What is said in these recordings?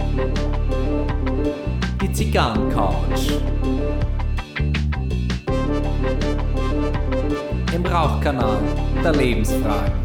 Die Zigarren-Couch. Im Rauchkanal der Lebensfragen.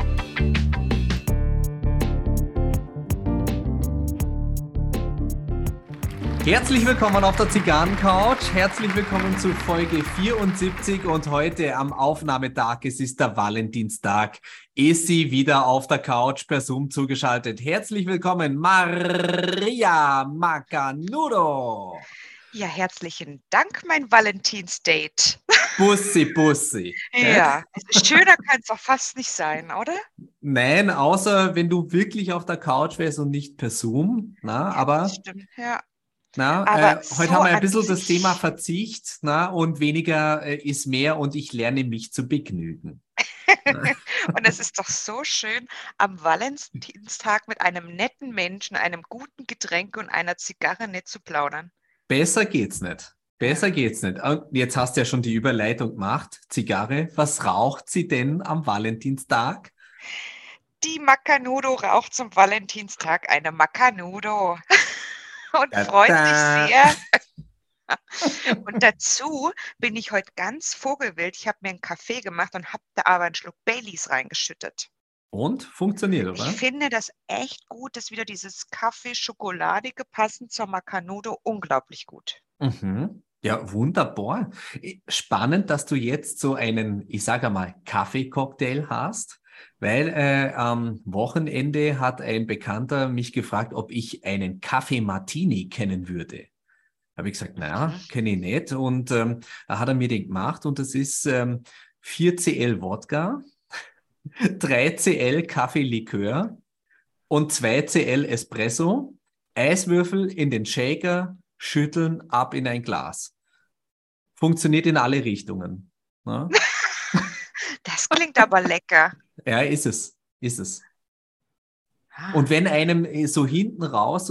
Herzlich willkommen auf der Zigarren-Couch. Herzlich willkommen zu Folge 74 und heute am Aufnahmetag, es ist der Valentinstag, ist sie wieder auf der Couch per Zoom zugeschaltet. Herzlich willkommen, Maria Macanudo. Ja, herzlichen Dank, mein Valentinsdate. Bussi, Bussi. Ja, schöner kann es doch fast nicht sein, oder? Nein, außer wenn du wirklich auf der Couch wärst und nicht per Zoom. Na, Ja, aber das stimmt, ja. Na, Aber heute so haben wir ein an bisschen das Thema sich. Verzicht, na, und weniger ist mehr und ich lerne mich zu begnügen. Und es ist doch so schön, am Valentinstag mit einem netten Menschen, einem guten Getränk und einer Zigarre nicht zu plaudern. Besser geht's nicht. Besser Ja. geht's nicht. Und jetzt hast du ja schon die Überleitung gemacht. Zigarre, was raucht sie denn am Valentinstag? Die Macanudo raucht zum Valentinstag eine Macanudo und freut sich Tada! sehr. Und dazu bin ich heute ganz vogelwild. Ich habe mir einen Kaffee gemacht und habe da aber einen Schluck Baileys reingeschüttet. Und funktioniert, Ich oder? finde das echt gut, dass wieder dieses Kaffee-Schokoladige passend zur Macanudo unglaublich gut. Mhm. Ja, wunderbar. Spannend, dass du jetzt so einen, ich sage mal, Kaffeecocktail hast, weil am Wochenende hat ein Bekannter mich gefragt, ob ich einen Kaffee Martini kennen würde. Habe ich gesagt, naja, Mhm. kenne ich nicht. Und da hat er mir den gemacht und das ist 4 cl Wodka, 3 cl Kaffeelikör und 2 cl Espresso, Eiswürfel in den Shaker, schütteln, ab in ein Glas. Funktioniert in alle Richtungen. Ne? Das klingt aber lecker. Ja, ist es. Ist es. Und Ah, wenn einem so hinten raus so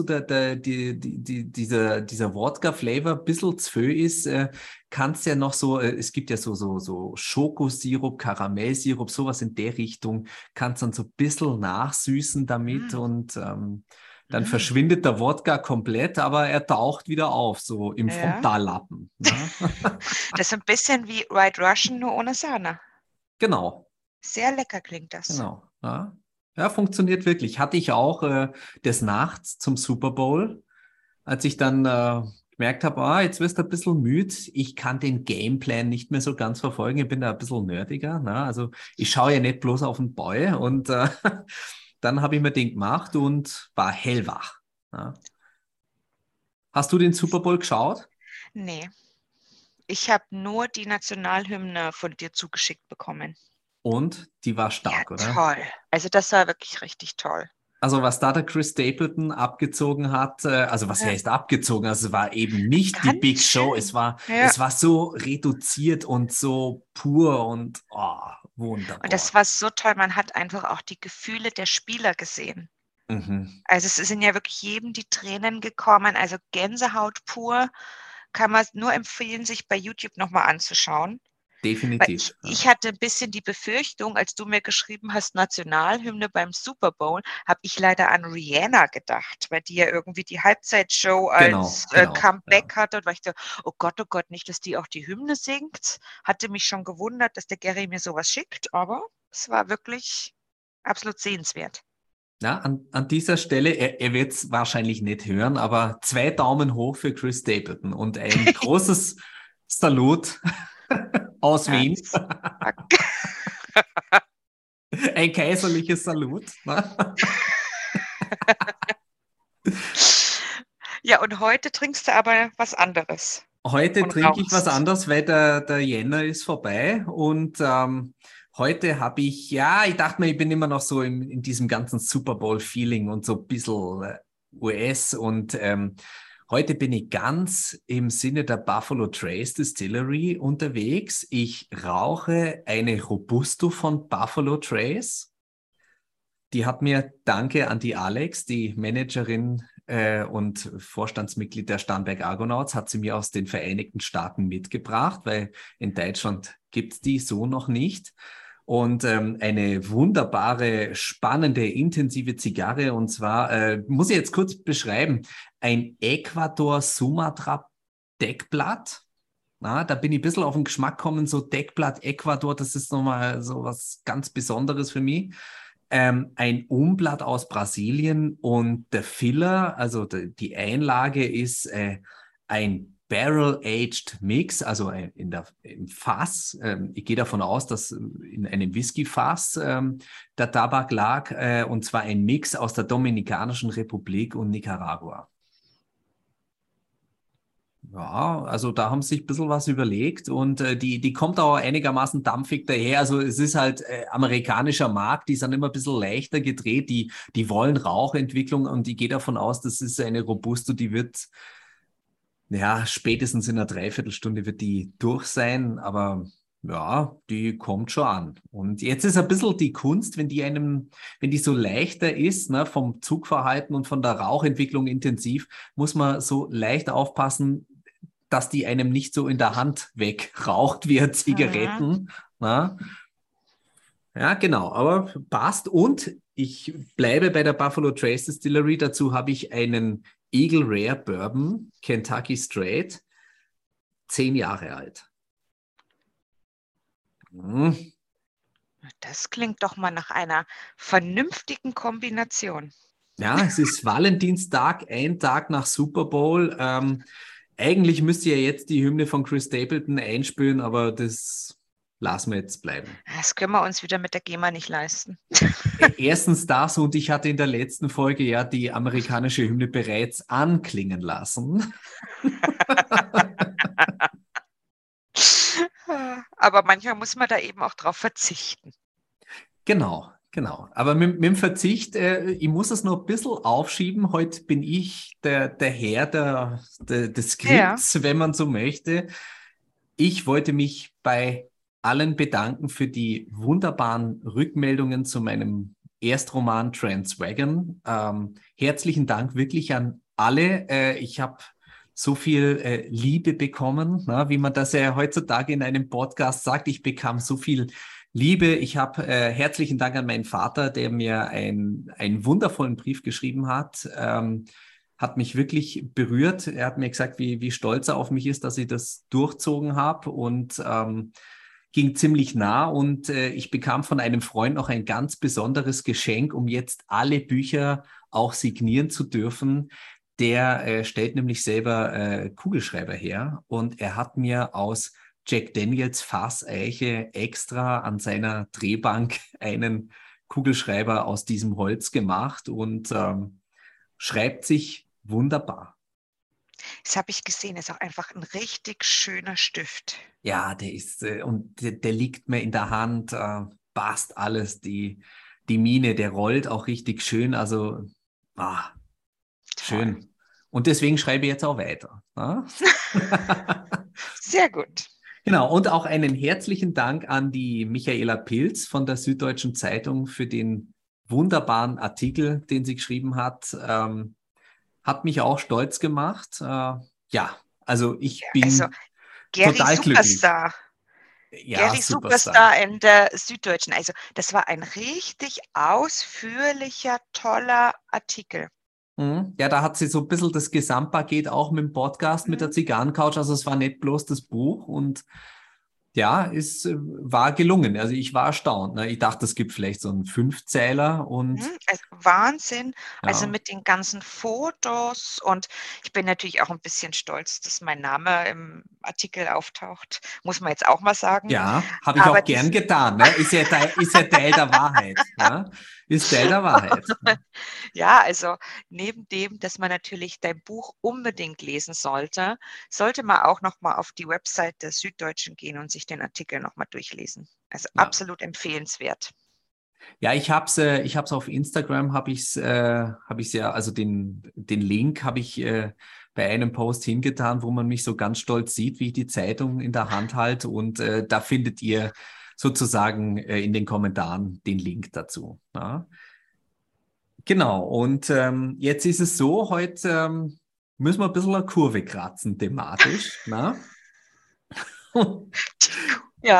dieser Wodka-Flavor ein bisschen zu viel ist, kann es ja noch so, es gibt ja so Schokosirup, Karamellsirup, sowas in der Richtung, kannst dann so ein bisschen nachsüßen damit mm, und dann mm, verschwindet der Wodka komplett, aber er taucht wieder auf, so im ja. Frontallappen. Ne? Das ist ein bisschen wie White Russian, nur ohne Sahne. Genau. Sehr lecker klingt das. Genau. Ja. Ja, funktioniert wirklich. Hatte ich auch des Nachts zum Super Bowl, als ich dann gemerkt habe, jetzt wirst du ein bisschen müde. Ich kann den Gameplan nicht mehr so ganz verfolgen. Ich bin da ein bisschen nerdiger. Ne? Also ich schaue ja nicht bloß auf den Ball. Und dann habe ich mir den gemacht und war hellwach. Ne? Hast du den Super Bowl geschaut? Nee, ich habe nur die Nationalhymne von dir zugeschickt bekommen. Und die war Ja, stark, oder? toll. Also das war wirklich richtig toll. Also was da der Chris Stapleton abgezogen hat, also was Ja, heißt abgezogen? Also es war eben nicht die ganz Big Show, schön. Ja. es war so reduziert und so pur und Und das wunderbar. war so toll. Man hat einfach auch die Gefühle der Spieler gesehen. Mhm. Also es sind ja wirklich jedem die Tränen gekommen. Also Gänsehaut pur. Kann man nur empfehlen, sich bei YouTube nochmal anzuschauen. Weil Definitiv. ich hatte ein bisschen die Befürchtung, als du mir geschrieben hast, Nationalhymne beim Super Bowl, habe ich leider an Rihanna gedacht, weil die ja irgendwie die Halbzeitshow als Genau. Ja. Comeback hatte. Und war ich so, oh Gott, nicht, dass die auch die Hymne singt. Hatte mich schon gewundert, dass der Gary mir sowas schickt, aber es war wirklich absolut sehenswert. Ja, an dieser Stelle, er wird es wahrscheinlich nicht hören, aber 2 Daumen hoch für Chris Stapleton und ein großes Salut aus Ja, Wien. das war Ein kaiserliches Salut. Ne? ja, und heute trinkst du aber was anderes Heute und trinke ich was rauchst. anderes, weil der Jänner ist vorbei und heute habe ich, ja, ich dachte mir, ich bin immer noch so in diesem ganzen Super Bowl-Feeling und so ein bisschen US und heute bin ich ganz im Sinne der Buffalo Trace Distillery unterwegs. Ich rauche eine Robusto von Buffalo Trace. Die hat mir, danke an die Alex, die Managerin und Vorstandsmitglied der Starnberg Argonauts, hat sie mir aus den Vereinigten Staaten mitgebracht, weil in Deutschland gibt es die so noch nicht. und eine wunderbare, spannende, intensive Zigarre. Und zwar, muss ich jetzt kurz beschreiben, ein Ecuador-Sumatra Deckblatt. Na, da bin ich ein bisschen auf den Geschmack gekommen, so Deckblatt Ecuador, das ist nochmal so was ganz Besonderes für mich. Ein Umblatt aus Brasilien und der Filler, also die Einlage ist ein Barrel-Aged Mix, also im Fass. Ich gehe davon aus, dass in einem Whisky-Fass der Tabak lag, und zwar ein Mix aus der Dominikanischen Republik und Nicaragua. Ja, also da haben sie sich ein bisschen was überlegt und die kommt auch einigermaßen dampfig daher. Also es ist halt amerikanischer Markt, die sind immer ein bisschen leichter gedreht, die wollen Rauchentwicklung und ich gehe davon aus, das ist eine Robusto, die wird, ja, spätestens in einer Dreiviertelstunde wird die durch sein, aber ja, die kommt schon an. Und jetzt ist ein bisschen die Kunst, wenn die so leichter ist, ne, vom Zugverhalten und von der Rauchentwicklung intensiv, muss man so leicht aufpassen, dass die einem nicht so in der Hand wegraucht wie Mhm. Zigaretten. Na? Ja, genau, aber passt. Und ich bleibe bei der Buffalo Trace Distillery. Dazu habe ich einen Eagle Rare Bourbon, Kentucky Straight, 10 Jahre alt. Hm. Das klingt doch mal nach einer vernünftigen Kombination. Ja, es ist Valentinstag, ein Tag nach Super Bowl. Eigentlich müsste ja jetzt die Hymne von Chris Stapleton einspielen, aber das lassen wir jetzt bleiben. Das können wir uns wieder mit der GEMA nicht leisten. Erstens das und ich hatte in der letzten Folge ja die amerikanische Hymne bereits anklingen lassen. Aber manchmal muss man da eben auch drauf verzichten. Genau, genau. Aber mit dem Verzicht, ich muss es noch ein bisschen aufschieben. Heute bin ich der Herr des Ja. Skripts, wenn man so möchte. Ich wollte mich bei allen bedanken für die wunderbaren Rückmeldungen zu meinem Erstroman Transwagon. Herzlichen Dank wirklich an alle. Ich habe so viel Liebe bekommen, na, wie man das ja heutzutage in einem Podcast sagt. Ich bekam so viel Liebe. Ich habe herzlichen Dank an meinen Vater, der mir einen wundervollen Brief geschrieben hat. Hat mich wirklich berührt. Er hat mir gesagt, wie stolz er auf mich ist, dass ich das durchzogen habe und ging ziemlich nah. Und ich bekam von einem Freund noch ein ganz besonderes Geschenk, um jetzt alle Bücher auch signieren zu dürfen. Der stellt nämlich selber Kugelschreiber her und er hat mir aus Jack Daniels Fasseiche extra an seiner Drehbank einen Kugelschreiber aus diesem Holz gemacht und schreibt sich wunderbar. Das habe ich gesehen, ist auch einfach ein richtig schöner Stift. Ja, der ist, und der liegt mir in der Hand, passt alles, die Mine, der rollt auch richtig schön, also ah, Toll. schön. Und deswegen schreibe ich jetzt auch weiter. Ja? Sehr gut. Genau, und auch einen herzlichen Dank an die Michaela Pilz von der Süddeutschen Zeitung für den wunderbaren Artikel, den sie geschrieben hat. Hat mich auch stolz gemacht. Ja, also ich Also bin Gary total glücklich. Superstar. Ja, Gary Superstar. Superstar in der Süddeutschen. Also das war ein richtig ausführlicher, toller Artikel. Mhm. Ja, da hat sie so ein bisschen das Gesamtpaket auch mit dem Podcast, mit der Mhm. Zigarrencouch. Also es war nicht bloß das Buch und ja, es war gelungen. Also ich war erstaunt. Ne? Ich dachte, es gibt vielleicht so einen Fünfzeiler und Also Wahnsinn, also ja. mit den ganzen Fotos und ich bin natürlich auch ein bisschen stolz, dass mein Name im Artikel auftaucht, muss man jetzt auch mal sagen. Ja, habe ich Aber auch gern diesen getan. Ne? Ist ja Teil der Wahrheit. Ne? Ist Teil der Wahrheit. ja, also neben dem, dass man natürlich dein Buch unbedingt lesen sollte, sollte man auch noch mal auf die Website der Süddeutschen gehen und sich den Artikel noch mal durchlesen. Also Ja. absolut empfehlenswert. Ja, ich hab's auf Instagram, habe ich's ja, also den Link habe ich bei einem Post hingetan, wo man mich so ganz stolz sieht, wie ich die Zeitung in der Hand halte und da findet ihr sozusagen in den Kommentaren den Link dazu. Ja? Genau, und jetzt ist es so, heute müssen wir ein bisschen eine Kurve kratzen thematisch. Na? Ja,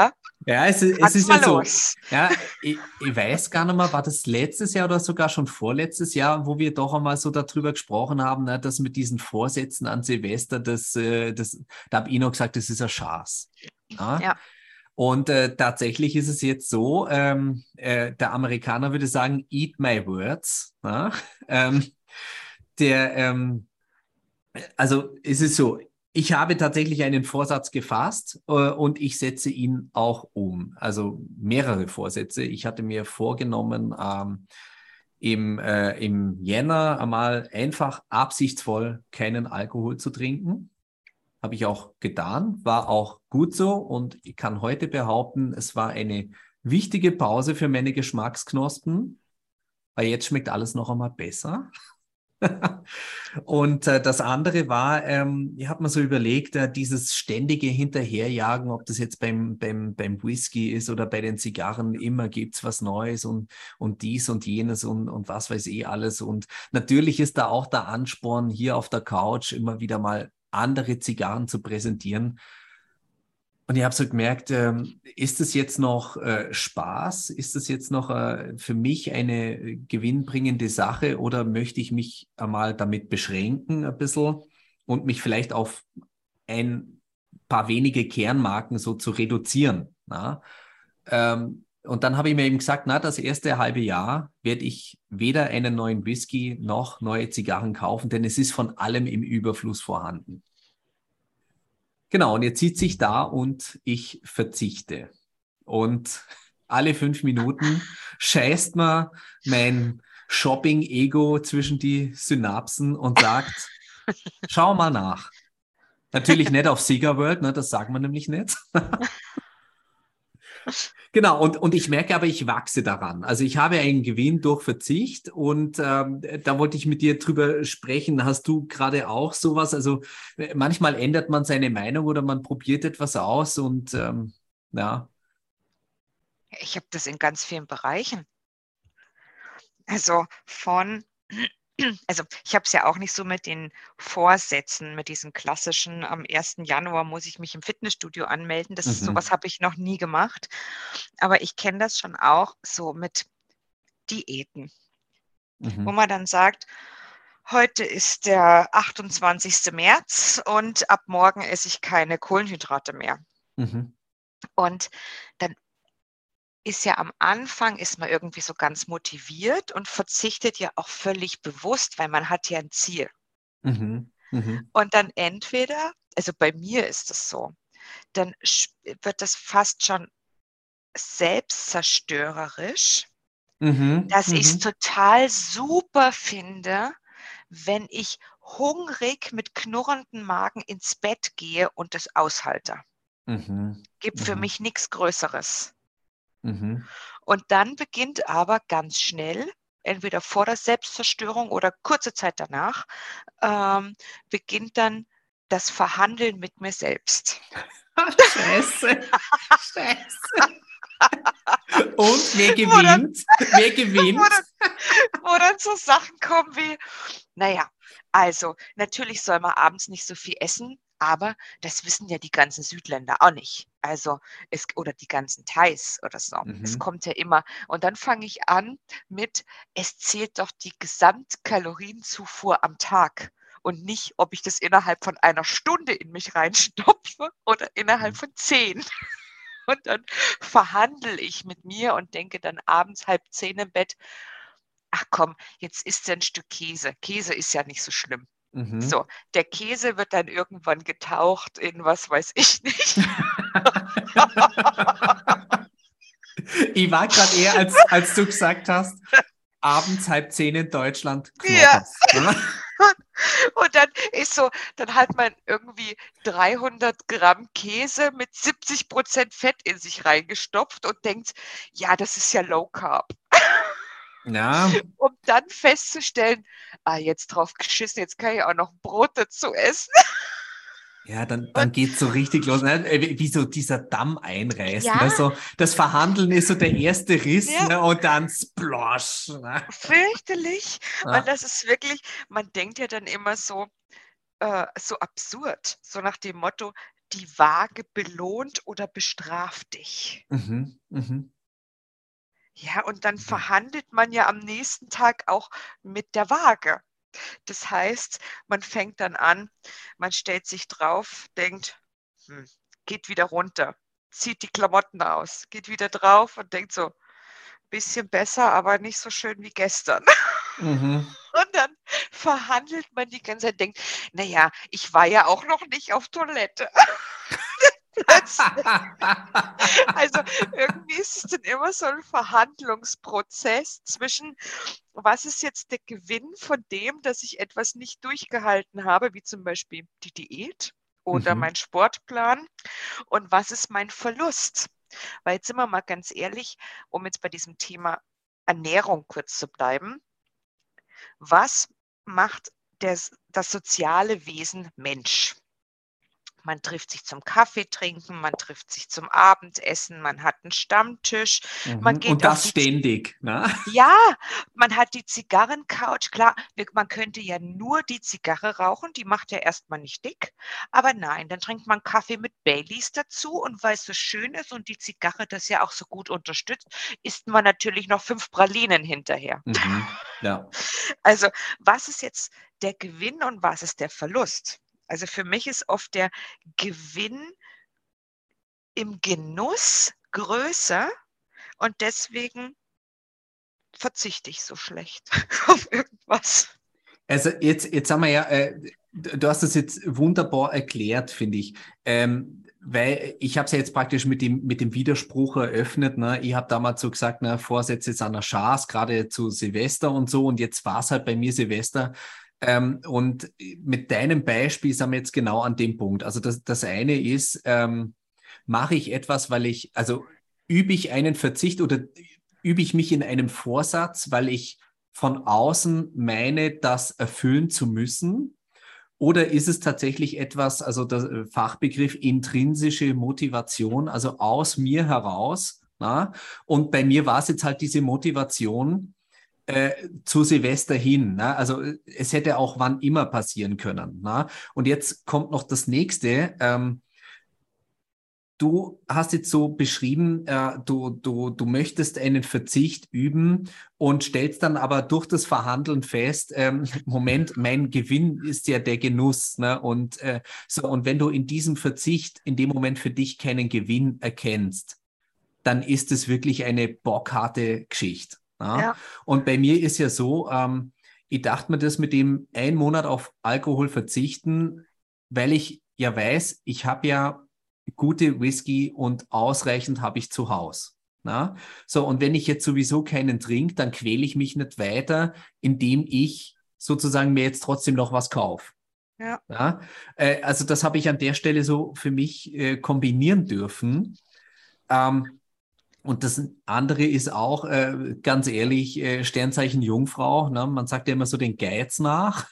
Ja, es Fang's ist ja mal so. los. Ja, ich weiß gar nicht mehr, war das letztes Jahr oder sogar schon vorletztes Jahr, wo wir doch einmal so darüber gesprochen haben, ne, dass mit diesen Vorsätzen an Silvester, da habe ich noch gesagt, das ist ein Schaß. Ja? Ja, Und tatsächlich ist es jetzt so, der Amerikaner würde sagen, eat my words. Ja? Ähm, der, also es ist so, ich habe tatsächlich einen Vorsatz gefasst und ich setze ihn auch um. Also mehrere Vorsätze. Ich hatte mir vorgenommen, im Jänner einmal einfach absichtsvoll keinen Alkohol zu trinken. Habe ich auch getan, war auch gut so und ich kann heute behaupten, es war eine wichtige Pause für meine Geschmacksknospen, weil jetzt schmeckt alles noch einmal besser. Und das andere war, ich habe mir so überlegt, dieses ständige Hinterherjagen, ob das jetzt beim Whisky ist oder bei den Zigarren, immer gibt's was Neues und dies und jenes und was weiß ich alles. Und natürlich ist da auch der Ansporn, hier auf der Couch immer wieder mal andere Zigarren zu präsentieren. Und ich habe so gemerkt, ist es jetzt noch Spaß? Ist es jetzt noch für mich eine gewinnbringende Sache oder möchte ich mich einmal damit beschränken ein bisschen und mich vielleicht auf ein paar wenige Kernmarken so zu reduzieren? Na? Und dann habe ich mir eben gesagt, na, das erste halbe Jahr werde ich weder einen neuen Whisky noch neue Zigarren kaufen, denn es ist von allem im Überfluss vorhanden. Genau, und jetzt sitze ich da und ich verzichte. Und alle 5 Minuten scheißt mir mein Shopping-Ego zwischen die Synapsen und sagt, schau mal nach. Natürlich nicht auf Sega World, ne, das sagt man nämlich nicht. Genau, und ich merke aber, ich wachse daran. Also ich habe einen Gewinn durch Verzicht und da wollte ich mit dir drüber sprechen. Hast du gerade auch sowas? Also manchmal ändert man seine Meinung oder man probiert etwas aus und ja. ich habe das in ganz vielen Bereichen. Also von Also, ich habe es ja auch nicht so mit den Vorsätzen, mit diesen klassischen, am 1. Januar muss ich mich im Fitnessstudio anmelden. Das Mhm. sowas habe ich noch nie gemacht. Aber ich kenne das schon auch so mit Diäten, wo Mhm. man dann sagt: „Heute ist der 28. März und ab morgen esse ich keine Kohlenhydrate mehr.“ Mhm. Und dann ist ja am Anfang ist man irgendwie so ganz motiviert und verzichtet ja auch völlig bewusst, weil man hat ja 'n Ziel. Mhm. Mhm. Und dann entweder also, bei mir ist es so, dann wird das fast schon selbstzerstörerisch, Mhm. dass ich's Mhm. total super finde, wenn ich hungrig mit knurrendem Magen ins Bett gehe und das aushalte. Mhm. Gibt für Mhm. mich nix Größeres. Mhm. Und dann beginnt aber ganz schnell, entweder vor der Selbstzerstörung oder kurze Zeit danach, ähm, beginnt dann das Verhandeln mit mir selbst. Scheiße. Scheiße. Und wer Wo dann gewinnt? Wer wo gewinnt? dann wo dann so Sachen kommen wie: „Na ja, also, natürlich soll man abends nicht so viel essen, aber das wissen ja die ganzen Südländer auch nicht. Also, es oder die ganzen Thais oder so. Es Mhm. kommt ja immer“ und dann fange ich an mit: „Es zählt doch die Gesamtkalorienzufuhr am Tag und nicht, ob ich das innerhalb von einer Stunde in mich reinstopfe oder innerhalb Mhm. von 10.“ Und dann verhandle ich mit mir und denke dann abends 9:30 im Bett: „Ach komm, jetzt isst du 'n Stück Käse. Käse ist ja nicht so schlimm.“ Mhm. So, der Käse wird dann irgendwann getaucht in was weiß ich nicht. Ich war gerade eher, als du gesagt hast, abends 9:30 in Deutschland, Ja. Knoppers. Ne? Und dann ist so dann hat man irgendwie 300 Gramm Käse mit 70% Fett in sich reingestopft und denkt: „Ja, das ist ja Low Carb.“ Ja, Um dann festzustellen: „Ah, jetzt drauf geschissen, jetzt kann ich auch noch Brot dazu essen.“ ja, dann Und geht's so richtig los, ne? Wie so dieser Damm einreißt. ja, Ne? So, das Verhandeln ist so der erste Riss, ja. ne? Und dann Splosh. Ne? Fürchterlich. Und Ja. das ist wirklich man denkt ja dann immer so so absurd, so nach dem Motto: die Waage belohnt oder bestraft dich. Mhm. Mhm. Ja, und dann Ja. verhandelt man ja am nächsten Tag auch mit der Waage. Das heißt, man fängt dann an, man stellt sich drauf, denkt, hm, geht wieder runter, zieht die Klamotten aus, geht wieder drauf und denkt so, bisschen besser, aber nicht so schön wie gestern. Mhm. Und dann verhandelt man die ganze Zeit, denkt, na ja, ich war ja auch noch nicht auf Toilette. Plötzlich. Also irgendwie ist es dann immer so ein Verhandlungsprozess zwischen, was ist jetzt der Gewinn von dem, dass ich etwas nicht durchgehalten habe, wie zum Beispiel die Diät oder Mhm. mein Sportplan, und was ist mein Verlust? Weil jetzt sind wir mal ganz ehrlich, um jetzt bei diesem Thema Ernährung kurz zu bleiben, was macht das soziale Wesen Mensch? Man trifft sich zum Kaffee trinken, man trifft sich zum Abendessen, man hat einen Stammtisch, man Mhm. Und geht auf das die ständig, ne? ja, man hat die Zigarrencouch. Klar, man könnte ja nur die Zigarre rauchen, die macht ja erst mal nicht dick. Aber nein, dann trinkt man Kaffee mit Baileys dazu, und weil es so schön ist und die Zigarre das ja auch so gut unterstützt, isst man natürlich noch 5 Pralinen hinterher. Mhm. Ja. Also, was ist jetzt der Gewinn und was ist der Verlust? Also, für mich ist oft der Gewinn im Genuss größer, und deswegen verzichte ich so schlecht auf irgendwas. Also jetzt haben wir ja, du hast das jetzt wunderbar erklärt, finde ich. Weil ich habe es ja jetzt praktisch mit dem Widerspruch eröffnet. Ne? Ich habe damals so gesagt, ne, Vorsätze sind eine Chance, gerade zu Silvester und so. Und jetzt war es halt bei mir Silvester. Und mit deinem Beispiel sind wir jetzt genau an dem Punkt. Also das eine ist, mache ich etwas, also übe ich einen Verzicht oder übe ich mich in einem Vorsatz, weil ich von außen meine, das erfüllen zu müssen? Oder ist es tatsächlich etwas, also der Fachbegriff intrinsische Motivation, also aus mir heraus? Na? Und bei mir war es jetzt halt diese Motivation zu Silvester hin. Na? Also es hätte auch wann immer passieren können. Na? Und jetzt kommt noch das nächste. Du hast jetzt so beschrieben, du möchtest einen Verzicht üben und stellst dann aber durch das Verhandeln fest, Moment, mein Gewinn ist ja der Genuss. Ne? Und wenn du in diesem Verzicht in dem Moment für dich keinen Gewinn erkennst, dann ist es wirklich eine bockharte Geschichte. Ja? Ja, Und bei mir ist ja so, ich dachte mir das mit dem einen Monat auf Alkohol verzichten, weil ich ja weiß, ich habe ja gute Whisky und ausreichend habe ich zu Hause. Na? So, und wenn ich jetzt sowieso keinen trinke, dann quäle ich mich nicht weiter, indem ich sozusagen mir jetzt trotzdem noch was kaufe. ja. Ja? Also das habe ich an der Stelle so für mich kombinieren dürfen. Ähm, und das andere ist auch, ganz ehrlich, Sternzeichen Jungfrau. Ne? Man sagt ja immer so den Geiz nach.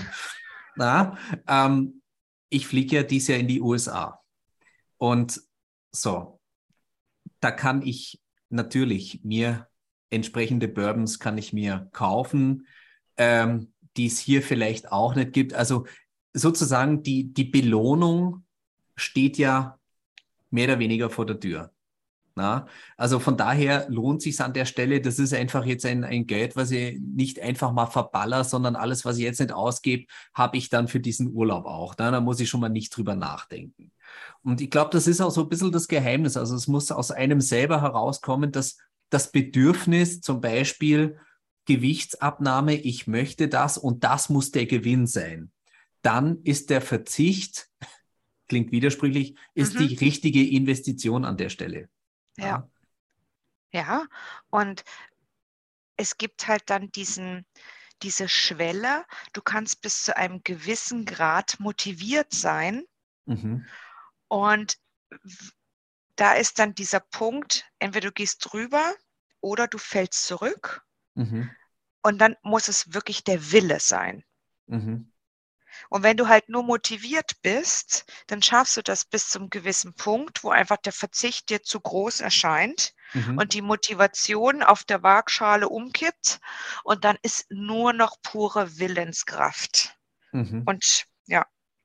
Na? Ich fliege ja dieses Jahr in die USA. Und so, da kann ich natürlich mir entsprechende Bourbons kann ich mir kaufen, die es hier vielleicht auch nicht gibt. Also sozusagen die Belohnung steht ja mehr oder weniger vor der Tür. Na? Also von daher lohnt sich an der Stelle. Das ist einfach jetzt ein Geld, was ich nicht einfach mal verballer, sondern alles, was ich jetzt nicht ausgebe, habe ich dann für diesen Urlaub auch. Na? Da muss ich schon mal nicht drüber nachdenken. Und ich glaube, das ist auch so ein bisschen das Geheimnis. Also es muss aus einem selber herauskommen, dass das Bedürfnis, zum Beispiel Gewichtsabnahme, ich möchte das und das muss der Gewinn sein. Dann ist der Verzicht, klingt widersprüchlich, ist Mhm. die richtige Investition an der Stelle. Ja, Ja. ja. Und es gibt halt dann diese Schwelle. Du kannst bis zu einem gewissen Grad motiviert sein, Mhm. und w da ist dann dieser Punkt, entweder du gehst drüber oder du fällst zurück, Mhm. und dann muss es wirklich der Wille sein. Mhm. Und wenn du halt nur motiviert bist, dann schaffst du das bis zum gewissen Punkt, wo einfach der Verzicht dir zu groß erscheint Mhm. und die Motivation auf der Waagschale umkippt, und dann ist nur noch pure Willenskraft. Mhm. Und ja,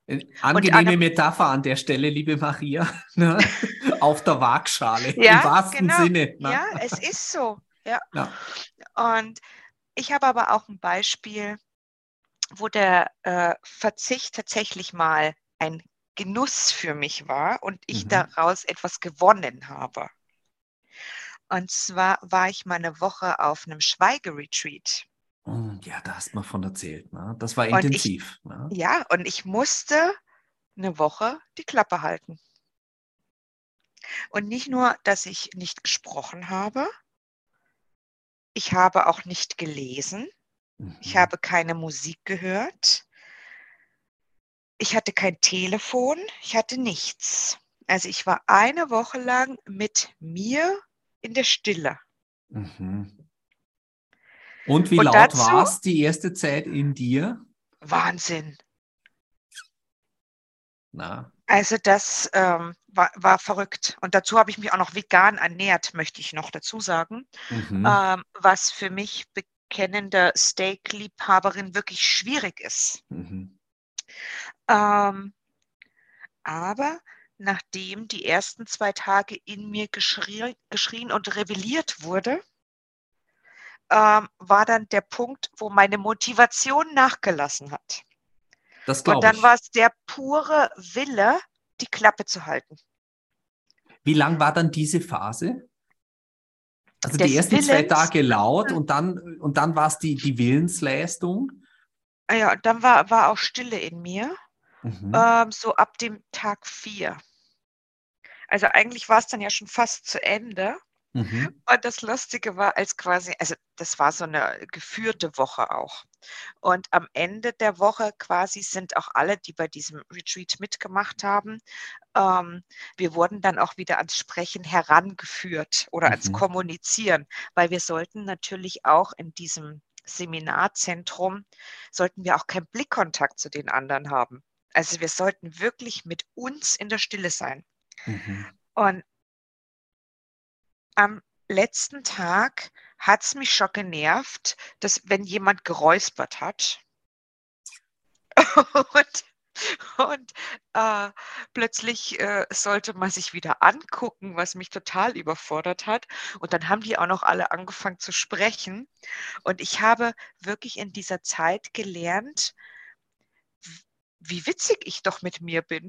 Und an Angenehme einem, Metapher an der Stelle, liebe Maria, ne? Auf der Waagschale, im ja, wahrsten genau. Sinne. Ja, Ne? es ist so. Ja. Ja. Und ich habe aber auch ein Beispiel, wo der Verzicht tatsächlich mal ein Genuss für mich war und ich Mhm. daraus etwas gewonnen habe. Und zwar war ich mal eine Woche auf einem Schweigeretreat. Ja, da hast du mal von erzählt. Ne? Das war Und ich, intensiv. Ne? ja, und ich musste eine Woche die Klappe halten. Und nicht nur, dass ich nicht gesprochen habe, ich habe auch nicht gelesen, ich Mhm. habe keine Musik gehört, ich hatte kein Telefon, ich hatte nichts. Also ich war eine Woche lang mit mir in der Stille. Mhm. Und wie Und laut dazu war es die erste Zeit in dir? Wahnsinn. Na, Also das war verrückt. Und dazu habe ich mich auch noch vegan ernährt, möchte ich noch dazu sagen, mhm. was für mich bekennende Steak-Liebhaberin wirklich schwierig ist. Mhm. Ähm, aber nachdem die ersten 2 Tage in mir geschrien und rebelliert wurde, war dann der Punkt, wo meine Motivation nachgelassen hat. Das Und glaube dann war ich. es der pure Wille, die Klappe zu halten. Wie lang war dann diese Phase? Also die Des ersten zwei Willens, Tage laut und dann war es die Willensleistung. ja, und dann war auch Stille in mir, Mhm. so ab dem Tag 4. Also eigentlich war es dann ja schon fast zu Ende. Mhm. Und das Lustige war, als quasi, also das war so eine geführte Woche auch. Und am Ende der Woche quasi sind auch alle, die bei diesem Retreat mitgemacht haben, ähm, wir wurden dann auch wieder ans Sprechen herangeführt oder ans Mhm. Kommunizieren, weil wir sollten natürlich auch in diesem Seminarzentrum, sollten wir auch keinen Blickkontakt zu den anderen haben. Also wir sollten wirklich mit uns in der Stille sein. Mhm. Und am letzten Tag hat es mich schon genervt, dass wenn jemand geräuspert hat und und, plötzlich, sollte man sich wieder angucken, was mich total überfordert hat. Und dann haben die auch noch alle angefangen zu sprechen. Und ich habe wirklich in dieser Zeit gelernt, w wie witzig ich doch mit mir bin.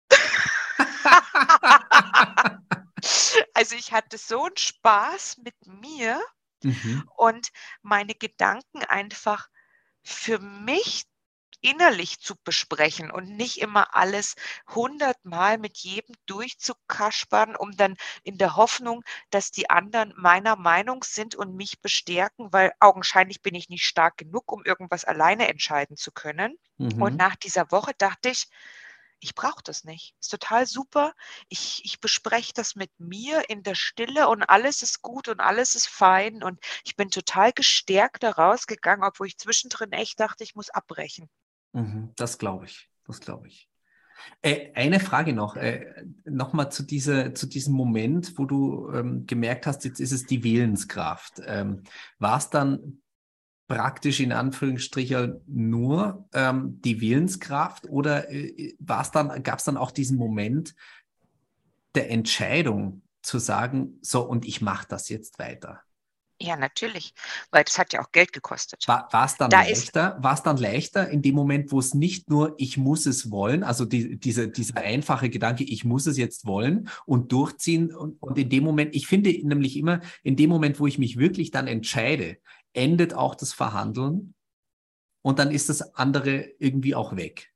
Also, ich hatte so 'n Spaß mit mir Mhm. und meine Gedanken einfach für mich innerlich zu besprechen und nicht immer alles hundertmal mit jedem durchzukaspern, um dann in der Hoffnung, dass die anderen meiner Meinung sind und mich bestärken, weil augenscheinlich bin ich nicht stark genug, um irgendwas alleine entscheiden zu können. Und Mhm. nach dieser Woche dachte ich: „Ich brauche das nicht. Ist total super. Ich bespreche das mit mir in der Stille und alles ist gut und alles ist fein." Und ich bin total gestärkt da rausgegangen, obwohl ich zwischendrin echt dachte, ich muss abbrechen. Mhm. Das glaube ich. Das glaube ich. Eine Frage noch, nochmal zu diesem Moment, wo du gemerkt hast, jetzt ist es die Willenskraft. War es dann praktisch in Anführungsstrichen nur die Willenskraft oder gab es dann auch diesen Moment der Entscheidung zu sagen, so und ich mache das jetzt weiter? Ja, natürlich, weil das hat ja auch Geld gekostet. War es dann Da ist leichter? War es dann leichter in dem Moment, wo es nicht nur ich muss es wollen, also dieser einfache Gedanke, ich muss es jetzt wollen und durchziehen und in dem Moment, ich finde nämlich immer, in dem Moment, wo ich mich wirklich dann entscheide, endet auch das Verhandeln und dann ist das andere irgendwie auch weg.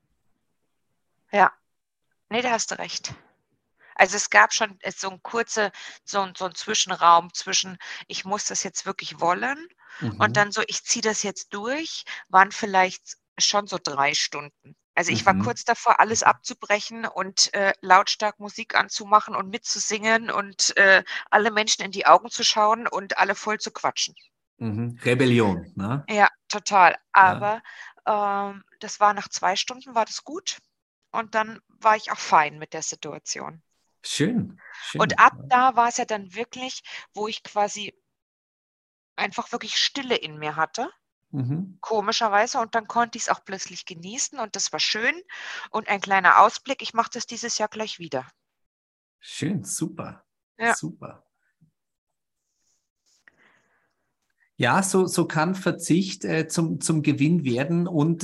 ja, ne, da hast du recht. Also, es gab schon, so 'n kurze so 'n Zwischenraum zwischen: „Ich muss das jetzt wirklich wollen" und Mhm. dann so: „Ich ziehe das jetzt durch", waren vielleicht schon so 3 Stunden. Also, ich war Mhm. kurz davor, alles abzubrechen und, lautstark Musik anzumachen und mitzusingen und, alle Menschen in die Augen zu schauen und alle voll zu quatschen. Mhm. Rebellion, ne? Ja, total. Ja. Aber, das war nach 2 Stunden war das gut und dann war ich auch fein mit der Situation. Schön, Und schön. ab da war es ja dann wirklich, wo ich quasi einfach wirklich Stille in mir hatte Mhm. Komischerweise. Und dann konnte ich es auch plötzlich genießen und das war schön. Und ein kleiner Ausblick, ich mache das dieses Jahr gleich wieder. Schön, super, Ja, super. Ja, so kann Verzicht zum Gewinn werden und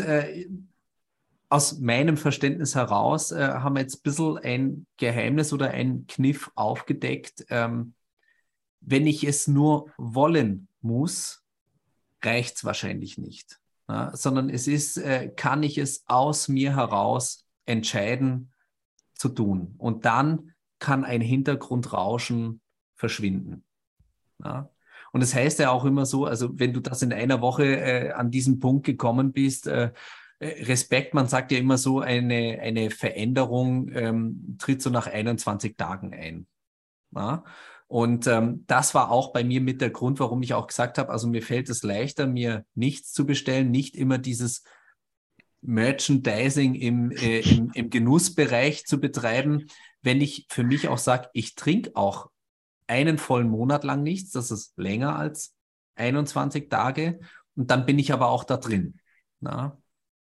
aus meinem Verständnis heraus haben wir jetzt ein bisschen ein Geheimnis oder ein Kniff aufgedeckt. Wenn ich es nur wollen muss, reicht es wahrscheinlich nicht. Ja, sondern es ist, kann ich es aus mir heraus entscheiden zu tun. Und dann kann ein Hintergrundrauschen verschwinden. Ja. Und das heißt ja auch immer so, also wenn du das in einer Woche an diesen Punkt gekommen bist, Respekt, man sagt ja immer so, eine Veränderung tritt so nach 21 Tagen ein. Ja? Und das war auch bei mir mit der Grund, warum ich auch gesagt habe, also mir fällt es leichter, mir nichts zu bestellen, nicht immer dieses Merchandising im Genussbereich zu betreiben, wenn ich für mich auch sage, ich trinke auch einen vollen Monat lang nichts, das ist länger als 21 Tage und dann bin ich aber auch da drin. Na?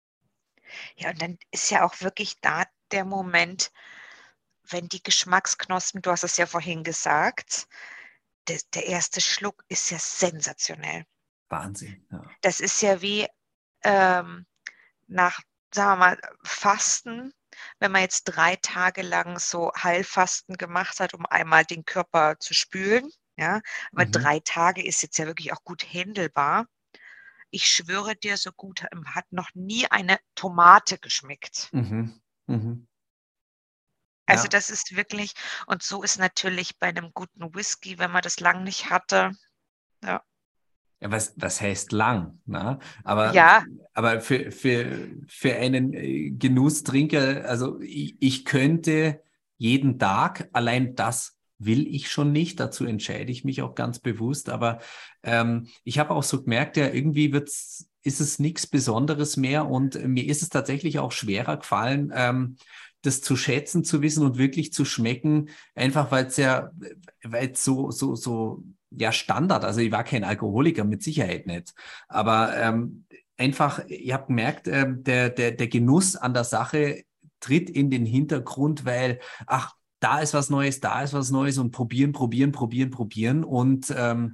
ja, und dann ist ja auch wirklich da der Moment, wenn die Geschmacksknospen, du hast es ja vorhin gesagt, der erste Schluck ist ja sensationell. Wahnsinn. Ja. Das ist ja wie ähm, nach, sagen wir mal, Fasten, wenn man jetzt 3 Tage lang so Heilfasten gemacht hat, um einmal den Körper zu spülen, ja, aber Mhm. 3 Tage ist jetzt ja wirklich auch gut händelbar. Ich schwöre dir, so gut hat noch nie eine Tomate geschmeckt. Mhm. Mhm. Also Ja. das ist wirklich, und so ist natürlich bei einem guten Whisky, wenn man das lang nicht hatte. Ja, Ja, was heißt lang? Na? ja, Aber für einen Genusstrinker, also ich könnte jeden Tag, allein das will ich schon nicht, dazu entscheide ich mich auch ganz bewusst, aber ich habe auch so gemerkt, ja, irgendwie ist es nichts Besonderes mehr und mir ist es tatsächlich auch schwerer gefallen, das zu schätzen, zu wissen und wirklich zu schmecken, einfach weil es so ja, Standard. Also ich war kein Alkoholiker, mit Sicherheit nicht. Aber einfach, ich habe gemerkt, der Genuss an der Sache tritt in den Hintergrund, weil, ach, da ist was Neues, da ist was Neues und probieren, probieren, probieren, probieren. Und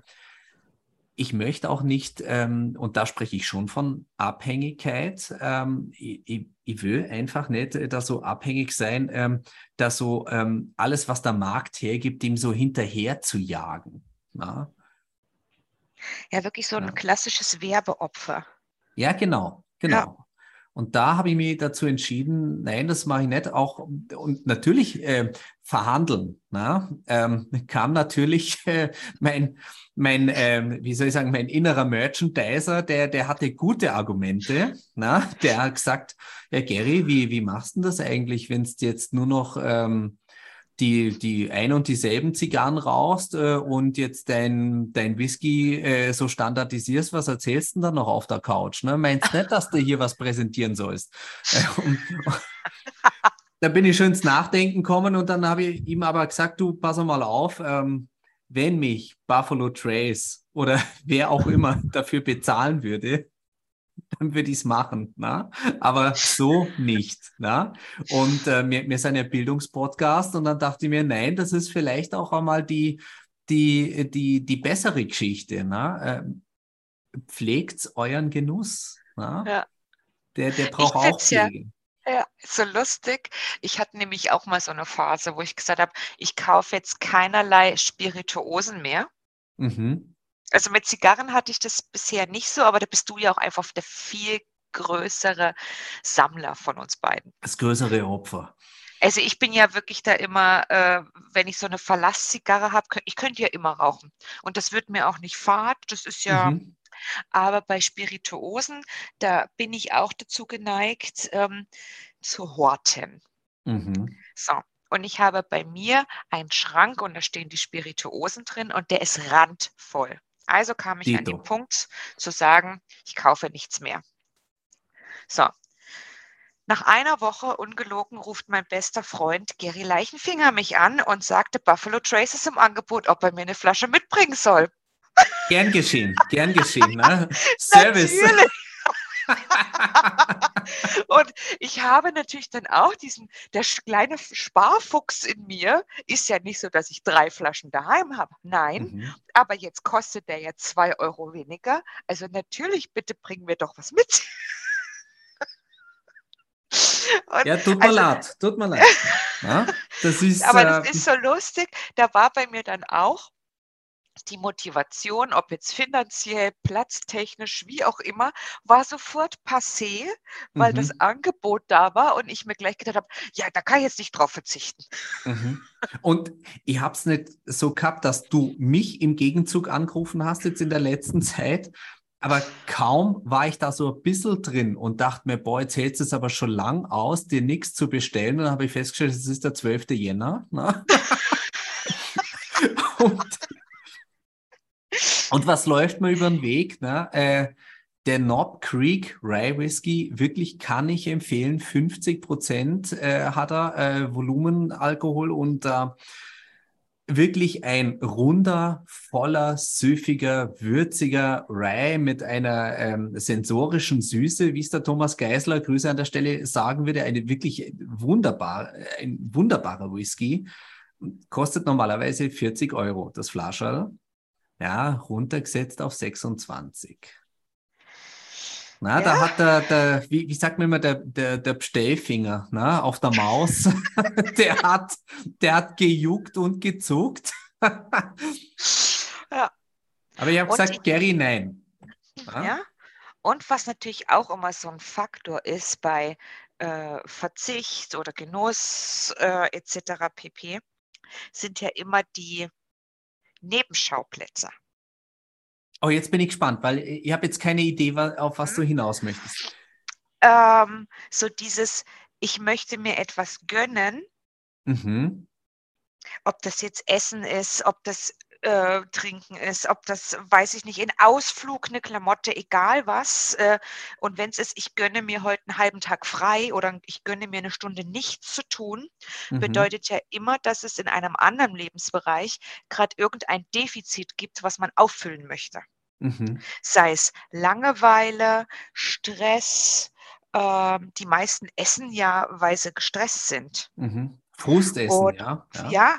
ich möchte auch nicht, und da spreche ich schon von Abhängigkeit, ich will einfach nicht da so abhängig sein, da so alles, was der Markt hergibt, ihm so hinterher zu jagen. Na? ja, wirklich so ein Ja. klassisches Werbeopfer. Ja, genau, Ja, genau. Und da habe ich mich dazu entschieden, nein, das mache ich nicht. Auch und natürlich verhandeln. Na? Kam natürlich wie soll ich sagen, mein innerer Merchandiser, der hatte gute Argumente. Na? Der hat gesagt, ja, Gary, wie machst du denn das eigentlich, wenn es jetzt nur noch die ein und dieselben Zigarren rauchst und jetzt dein Whisky so standardisierst, was erzählst du denn dann noch auf der Couch? Ne? Meinst nicht, dass du hier was präsentieren sollst? Und da bin ich schon ins Nachdenken gekommen und dann habe ich ihm aber gesagt, du, pass mal auf, wenn mich Buffalo Trace oder wer auch immer dafür bezahlen würde, dann würde ich es machen. Na? Aber so nicht. Na? Und wir sind ja Bildungspodcast und dann dachte ich mir, nein, das ist vielleicht auch einmal die bessere Geschichte. Na? Pflegt euren Genuss. Na? ja. Der Ich braucht finde auch es ja, Pflege. ja, so lustig. Ich hatte nämlich auch mal so eine Phase, wo ich gesagt habe, ich kaufe jetzt keinerlei Spirituosen mehr. Mhm. Also mit Zigarren hatte ich das bisher nicht so, aber da bist du ja auch einfach der viel größere Sammler von uns beiden. Das größere Opfer. Also ich bin ja wirklich da immer, wenn ich so eine Verlasszigarre habe, ich könnte ja immer rauchen. Und das wird mir auch nicht fad. Das ist ja, Mhm. aber bei Spirituosen, da bin ich auch dazu geneigt, zu horten. Mhm. So. Und ich habe bei mir einen Schrank und da stehen die Spirituosen drin und der ist randvoll. Also kam ich an den Dito. Punkt zu sagen, ich kaufe nichts mehr. So, nach einer Woche ungelogen ruft mein bester Freund Gary Leichenfinger mich an und sagte, Buffalo Trace ist im Angebot, ob er mir eine Flasche mitbringen soll. Gern geschehen. Ne? Service. Natürlich. Und ich habe natürlich dann auch der kleine Sparfuchs in mir ist ja nicht so, dass ich 3 Flaschen daheim habe. Nein, Mhm. aber jetzt kostet der ja 2 € weniger. Also natürlich, bitte bring mir doch was mit. Und Ja, tut mir also, leid, tut mir leid. Na? Das ist, aber das ist so lustig. Da war bei mir dann auch die Motivation, ob jetzt finanziell, platztechnisch, wie auch immer, war sofort passé, weil das mhm. Angebot da war und ich mir gleich gedacht habe: „Ja, da kann ich jetzt nicht drauf verzichten." Mhm. Und ich habe es nicht so gehabt, dass du mich im Gegenzug angerufen hast jetzt in der letzten Zeit, aber kaum war ich da so ein bisschen drin und dachte mir, boah, jetzt hältst du es aber schon lang aus, dir nichts zu bestellen. Und dann habe ich festgestellt, es ist der 12. Jänner. Ne? Und, und was läuft mir über den Weg? Ne? Der Knob Creek Rye Whisky, wirklich kann ich empfehlen. 50% hat er Volumenalkohol und wirklich ein runder, voller, süffiger, würziger Rye mit einer sensorischen Süße, wie es der Thomas Geisler, Grüße an der Stelle, sagen würde. Ein wunderbarer Whisky. Kostet normalerweise 40 € das Flascherl. Ja, runtergesetzt auf 26. Na, Ja, da hat wie sagt man immer, der Bestellfinger, na, auf der Maus, der hat gejuckt und gezuckt. ja. Aber ich habe Und gesagt, Gary, nein. Ja? ja, und was natürlich auch immer so 'n Faktor ist bei, Verzicht oder Genuss, et cetera pp., sind ja immer die Nebenschauplätze. Oh, jetzt bin ich gespannt, weil ich habe jetzt keine Idee, auf was Mhm. du hinaus möchtest. So dieses: „Ich möchte mir etwas gönnen", Mhm, ob das jetzt Essen ist, ob das, Trinken ist, ob das, weiß ich nicht, 'n Ausflug, 'ne Klamotte, egal was. Und wenn's ist, ich gönne mir heute 'n halben Tag frei oder ich gönne mir 'ne Stunde nichts zu tun, mhm, bedeutet ja immer, dass es in einem anderen Lebensbereich grad irgendein Defizit gibt, was man auffüllen möchte. mhm, Sei es Langeweile, Stress, die meisten essen ja, weil sie gestresst sind. mhm. Frustessen, Und ja, ja. ja,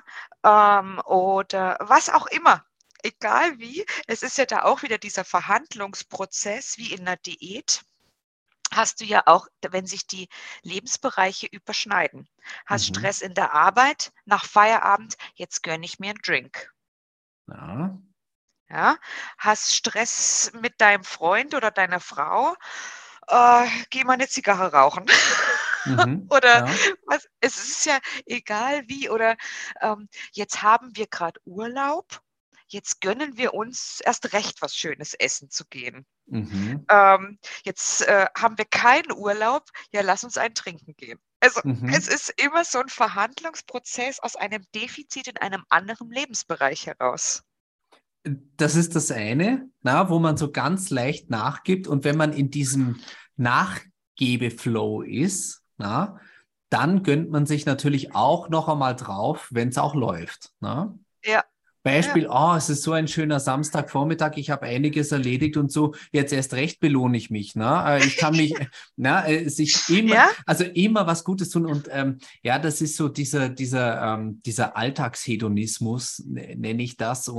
oder was auch immer. Egal wie, es ist ja da auch wieder dieser Verhandlungsprozess wie in 'ner Diät. Hast du ja auch, wenn sich die Lebensbereiche überschneiden. Hast Mhm, Stress in der Arbeit, nach Feierabend: „Jetzt gönne ich mir 'n Drink." ja. Ja? Hast Stress mit deinem Freund oder deiner Frau: „Geh mal 'ne Zigarre rauchen." Mhm, Oder ja. was, es ist ja egal wie, oder, jetzt haben wir grad Urlaub, jetzt gönnen wir uns erst recht was Schönes essen zu gehen. Mhm, Jetzt, haben wir keinen Urlaub, ja, lass uns einen trinken gehen. Also, es mhm. ist immer so 'n Verhandlungsprozess aus einem Defizit in einem anderen Lebensbereich heraus. Das ist das eine, na, wo man so ganz leicht nachgibt. Und wenn man in diesem Nachgebeflow ist, na, dann gönnt man sich natürlich auch noch einmal drauf, wenn es auch läuft. Na. Ja, ja, Beispiel, oh, es ist so ein schöner Samstagvormittag, ich habe einiges erledigt und so, jetzt erst recht belohne ich mich. Ne? Ich kann mich, sich immer, ja, also immer was Gutes tun und ja, das ist so dieser Alltagshedonismus, nenne ich das.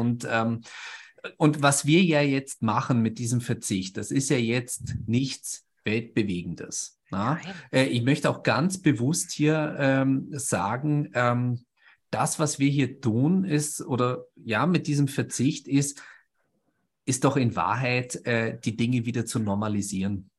Und was wir ja jetzt machen mit diesem Verzicht, das ist ja jetzt nichts Weltbewegendes. Na? nein, Ich möchte auch ganz bewusst hier sagen, das, was wir hier tun, ist, oder ja, mit diesem Verzicht ist doch in Wahrheit, die Dinge wieder zu normalisieren.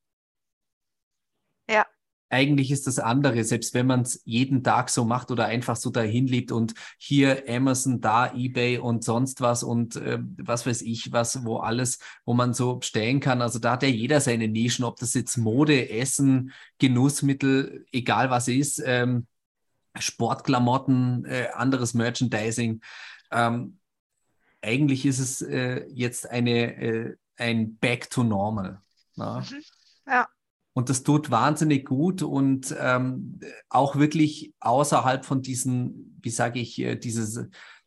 ja, Eigentlich ist das andere, selbst wenn man es jeden Tag so macht oder einfach so dahin lebt und hier Amazon, da eBay und sonst was und was weiß ich was, wo alles, wo man so bestellen kann. Also da hat ja jeder seine Nischen, ob das jetzt Mode, Essen, Genussmittel, egal was ist, Sportklamotten, anderes Merchandising. Ähm, eigentlich ist es jetzt ein Back to Normal. Na? mhm, ja, Und das tut wahnsinnig gut und auch wirklich außerhalb von diesen, wie sage ich,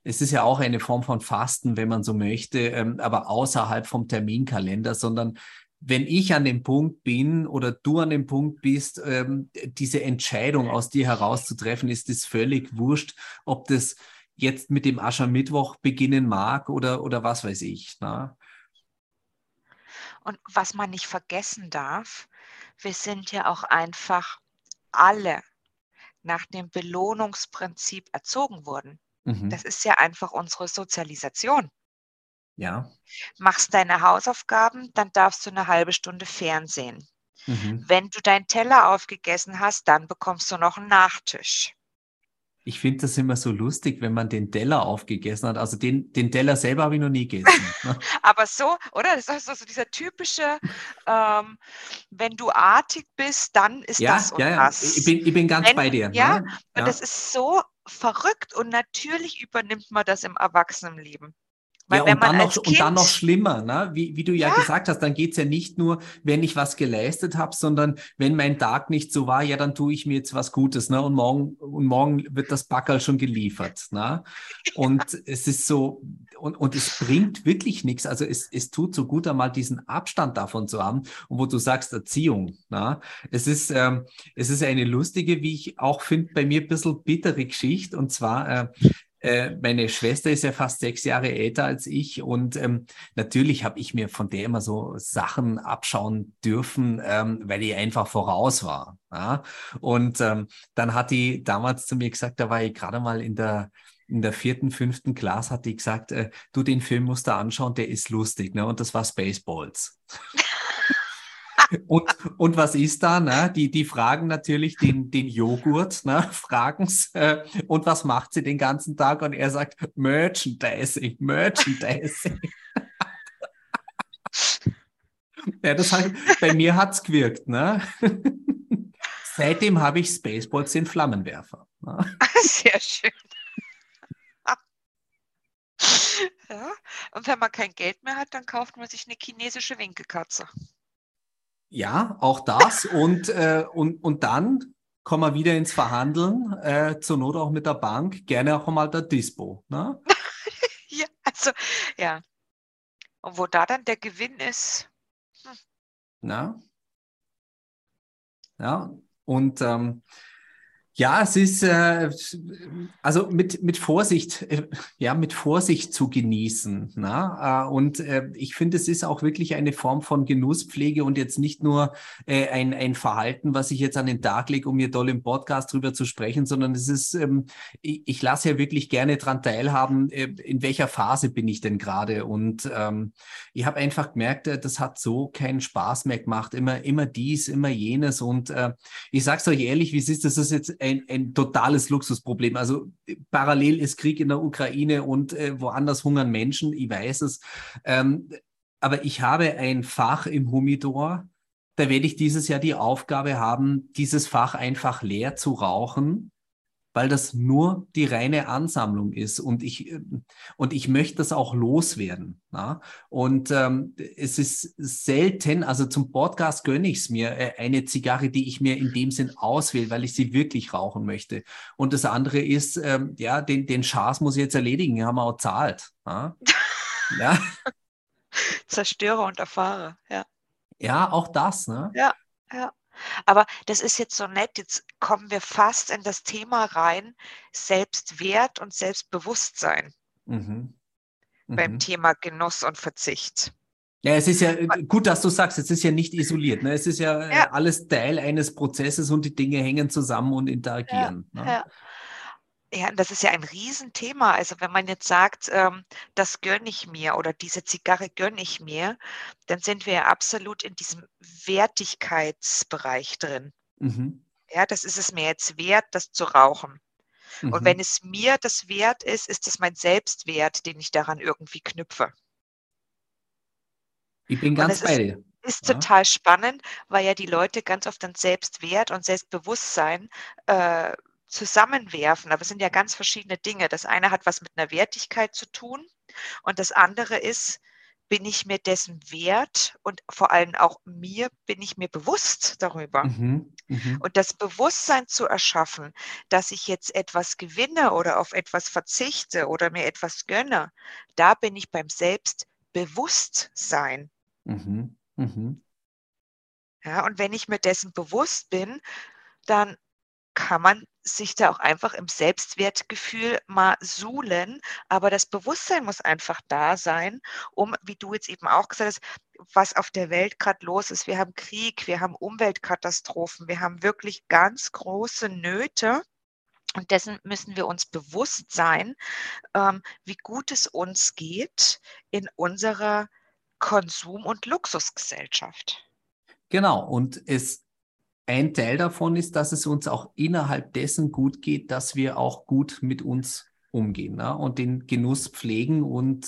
es ist ja auch eine Form von Fasten, wenn man so möchte, aber außerhalb vom Terminkalender, sondern wenn ich an dem Punkt bin oder du an dem Punkt bist, diese Entscheidung aus dir herauszutreffen, ist es völlig wurscht, ob das jetzt mit dem Aschermittwoch beginnen mag oder was weiß ich. Na? Und was man nicht vergessen darf, wir sind ja auch einfach alle nach dem Belohnungsprinzip erzogen worden. Mhm. Das ist ja einfach unsere Sozialisation. Ja. Machst deine Hausaufgaben, dann darfst du eine halbe Stunde Fernsehen. Mhm. Wenn du deinen Teller aufgegessen hast, dann bekommst du noch einen Nachtisch. Ich finde das immer so lustig, wenn man den Teller aufgegessen hat. Also den Teller selber habe ich noch nie gegessen. Ne? Aber so, oder? Das ist so dieser typische, ähm, wenn du artig bist, dann ist das Ja, und ja, ja. das. Ich bin ganz bei dir. Ja, Ne? und das Ja. ist so verrückt und natürlich übernimmt man das im Erwachsenenleben. Ja, Weil wenn man als und dann noch Kind, schlimmer, ne? Wie du ja ja, gesagt hast, dann geht's ja nicht nur, wenn ich was geleistet habe, sondern wenn mein Tag nicht so war, ja, dann tue ich mir jetzt was Gutes, ne? Und morgen wird das Packerl schon geliefert, ne? Und es ist so, und es bringt wirklich nichts. Also es tut so gut, einmal diesen Abstand davon zu haben. Und wo du sagst, Erziehung, ne? Es ist eine lustige, wie ich auch finde, bei mir ein bisschen bittere Geschichte. Und zwar, meine Schwester ist ja fast 6 Jahre älter als ich und natürlich habe ich mir von der immer so Sachen abschauen dürfen, weil die einfach voraus war. Ja? Und dann hat die damals zu mir gesagt, da war ich gerade mal in der vierten, fünften Klasse, hat die gesagt, du, den Film musst du anschauen, der ist lustig. Ne? Und das war Spaceballs. Und was ist da? Ne? Die fragen natürlich den Joghurt, ne? Fragen's, und was macht sie den ganzen Tag? Und er sagt, Merchandising, Merchandising. Ja, bei mir hat's gewirkt. Ne? Seitdem habe ich Spaceballs den Flammenwerfer. Ne? sehr schön. Ja. Und wenn man kein Geld mehr hat, dann kauft man sich eine chinesische Winkelkatze. Ja, auch das. Und dann kommen wir wieder ins Verhandeln, zur Not auch mit der Bank, gerne auch mal der Dispo. Ne? Ja, also, ja. Und wo da dann der Gewinn ist, Na? Ja, und ja, es ist also mit Vorsicht, ja, mit Vorsicht zu genießen. Na? Und ich finde, es ist auch wirklich eine Form von Genusspflege und jetzt nicht nur ein Verhalten, was ich jetzt an den Tag lege, um mir doll im Podcast drüber zu sprechen, sondern es ist, ich lasse ja wirklich gerne dran teilhaben, in welcher Phase bin ich denn gerade. Und ich habe einfach gemerkt, das hat so keinen Spaß mehr gemacht. Immer dies, immer jenes und ich sage es euch ehrlich, wie es ist, das ist jetzt ein totales Luxusproblem. Also parallel ist Krieg in der Ukraine und woanders hungern Menschen, ich weiß es. Aber ich habe ein Fach im Humidor, da werde ich dieses Jahr die Aufgabe haben, dieses Fach einfach leer zu rauchen, weil das nur die reine Ansammlung ist und ich möchte das auch loswerden. Ja? Und es ist selten, also zum Podcast gönne ich es mir, eine Zigarre, die ich mir in dem Sinn auswähle, weil ich sie wirklich rauchen möchte. Und das andere ist, ja, den Schaß muss ich jetzt erledigen, haben wir auch zahlt. Ja? Ja, zerstöre und erfahre. Ja, ja, auch das, ne? ja, ja. Aber das ist jetzt so nett. Jetzt kommen wir fast in das Thema rein, Selbstwert und Selbstbewusstsein Mhm. beim Mhm. Thema Genuss und Verzicht. Ja, es ist ja gut, dass du sagst, es ist ja nicht isoliert. Ne? Es ist ja Ja, alles Teil eines Prozesses und die Dinge hängen zusammen und ja, interagieren. Ne? ja. Ja, und das ist ja ein Riesenthema. Also wenn man jetzt sagt, das gönne ich mir oder diese Zigarre gönne ich mir, dann sind wir ja absolut in diesem Wertigkeitsbereich drin. Mhm. Ja, das ist es mir jetzt wert, das zu rauchen. Und wenn Mhm. es mir das wert ist, ist es mein Selbstwert, den ich daran irgendwie knüpfe. Ich bin Und ganz es bei dir. ist Ja? total spannend, weil ja die Leute ganz oft dann Selbstwert und Selbstbewusstsein äh, zusammenwerfen. Aber es sind ja ganz verschiedene Dinge. Das eine hat was mit einer Wertigkeit zu tun und das andere ist, bin ich mir dessen wert und vor allem auch bin ich mir bewusst darüber. Mhm. Mhm. Und das Bewusstsein zu erschaffen, dass ich jetzt etwas gewinne oder auf etwas verzichte oder mir etwas gönne, da bin ich beim Selbstbewusstsein. Mhm. Mhm. Ja, und wenn ich mir dessen bewusst bin, dann kann man sich da auch einfach im Selbstwertgefühl mal suhlen, aber das Bewusstsein muss einfach da sein, um, wie du jetzt eben auch gesagt hast, was auf der Welt gerade los ist. Wir haben Krieg, wir haben Umweltkatastrophen, wir haben wirklich ganz große Nöte und dessen müssen wir uns bewusst sein, wie gut es uns geht in unserer Konsum und Luxusgesellschaft. Genau, und ein Teil davon ist, dass es uns auch innerhalb dessen gut geht, dass wir auch gut mit uns umgehen, ne? Und den Genuss pflegen. Und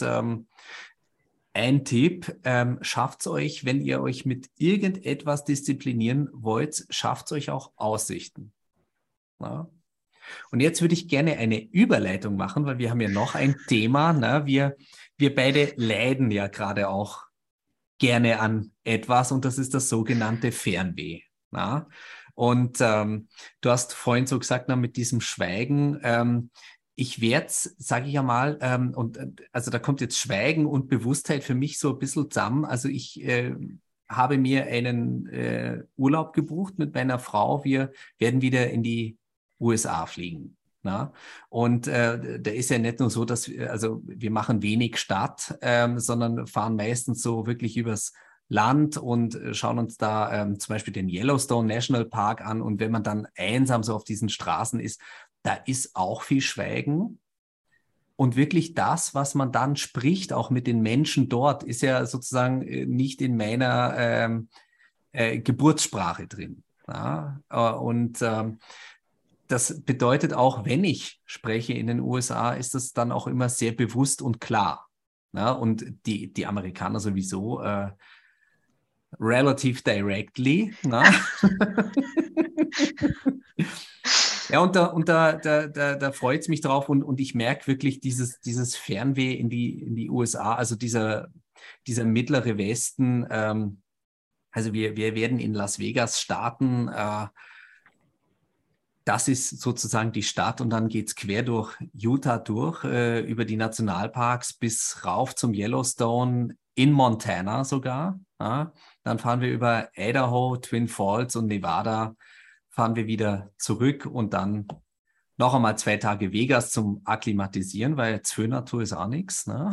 ein Tipp, schafft es euch, wenn ihr euch mit irgendetwas disziplinieren wollt, schafft es euch auch Aussichten. Ne? Und jetzt würde ich gerne eine Überleitung machen, weil wir haben ja noch ein Thema. Ne? Wir beide leiden ja gerade auch gerne an etwas und das ist das sogenannte Fernweh. Na? Und du hast vorhin so gesagt, na, mit diesem Schweigen, ich werde es, sage ich ja mal, also da kommt jetzt Schweigen und Bewusstheit für mich so ein bisschen zusammen. Also ich habe mir einen Urlaub gebucht mit meiner Frau. Wir werden wieder in die USA fliegen. Na? Und da ist ja nicht nur so, dass wir machen wenig Stadt, sondern fahren meistens so wirklich übers Land und schauen uns da zum Beispiel den Yellowstone National Park an. Und wenn man dann einsam so auf diesen Straßen ist, da ist auch viel Schweigen. Und wirklich das, was man dann spricht, auch mit den Menschen dort, ist ja sozusagen nicht in meiner Geburtssprache drin. Ja? Das bedeutet auch, wenn ich spreche in den USA, ist das dann auch immer sehr bewusst und klar. Ja, und die Amerikaner sowieso relative directly. Na? Ja, und da freut es mich drauf und ich merke wirklich dieses Fernweh in die USA, also dieser mittlere Westen. Also wir werden in Las Vegas starten. Das ist sozusagen die Stadt und dann geht es quer durch Utah durch, über die Nationalparks bis rauf zum Yellowstone, in Montana sogar. Ja. Dann fahren wir über Idaho, Twin Falls und Nevada, fahren wir wieder zurück und dann noch einmal 2 Tage Vegas zum Akklimatisieren, weil Zwischennatur ist auch nichts. Ne?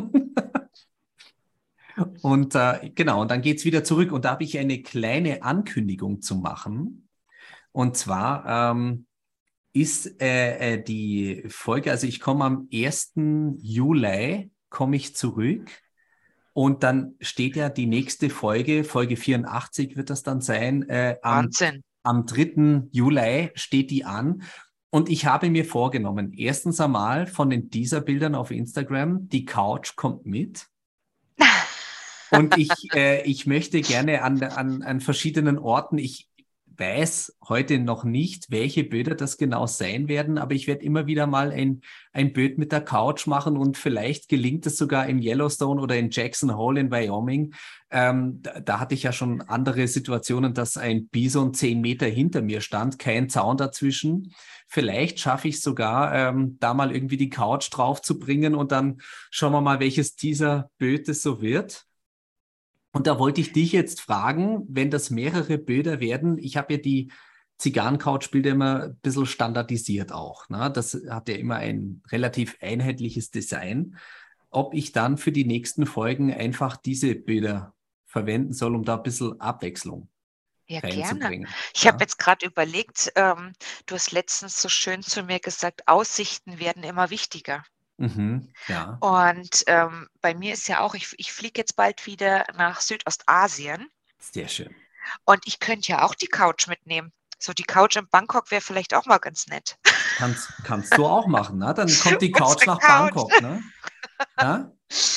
Und genau, und dann geht es wieder zurück und da habe ich eine kleine Ankündigung zu machen. Und zwar ist die Folge, also ich komme am 1. Juli, komme ich zurück und dann steht ja die nächste Folge, Folge 84 wird das dann sein, Wahnsinn. am 3. Juli steht die an. Und ich habe mir vorgenommen, erstens einmal von den Teaser-Bildern auf Instagram, die Couch kommt mit. Und ich möchte gerne an verschiedenen Orten, ich weiß heute noch nicht, welche Böder das genau sein werden, aber ich werde immer wieder mal ein Bild mit der Couch machen und vielleicht gelingt es sogar in Yellowstone oder in Jackson Hole in Wyoming. Da hatte ich ja schon andere Situationen, dass ein Bison 10 Meter hinter mir stand, kein Zaun dazwischen. Vielleicht schaffe ich es sogar, da mal irgendwie die Couch drauf zu bringen und dann schauen wir mal, welches dieser Bild es so wird. Und da wollte ich dich jetzt fragen, wenn das mehrere Bilder werden, ich habe ja die Zigarren-Couch-Bilder immer ein bisschen standardisiert auch. Ne? Das hat ja immer ein relativ einheitliches Design. Ob ich dann für die nächsten Folgen einfach diese Bilder verwenden soll, um da ein bisschen Abwechslung Ja, gerne. reinzubringen. Ich habe Ja? jetzt gerade überlegt, du hast letztens so schön zu mir gesagt, Aussichten werden immer wichtiger. Mhm. Ja, Und bei mir ist ja auch, ich fliege jetzt bald wieder nach Südostasien sehr schön. und ich könnte ja auch die Couch mitnehmen. So die Couch in Bangkok wäre vielleicht auch mal ganz nett. Kannst du auch machen, ne? Dann kommt die Couch Unsere nach Couch. Bangkok, ne? Ja?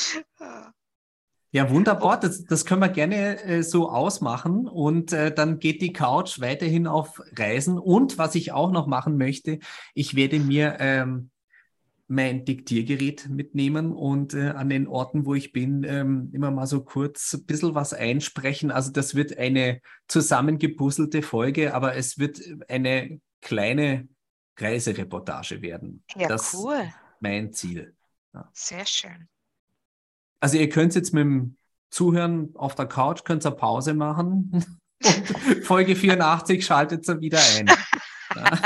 Ja, Wo, wunderbar. Das können wir gerne so ausmachen. Und dann geht die Couch weiterhin auf Reisen. Und was ich auch noch machen möchte, ich werde mir mein Diktiergerät mitnehmen und an den Orten, wo ich bin, immer mal so kurz ein bisschen was einsprechen. Also das wird eine zusammengepuzzelte Folge, aber es wird eine kleine Reisereportage werden. Ja, Das ist cool. mein Ziel. Ja. Sehr schön. Also ihr könnt jetzt mit dem Zuhören auf der Couch, könnt ihr Pause machen und Folge 84 schaltet ihr wieder ein. Ja.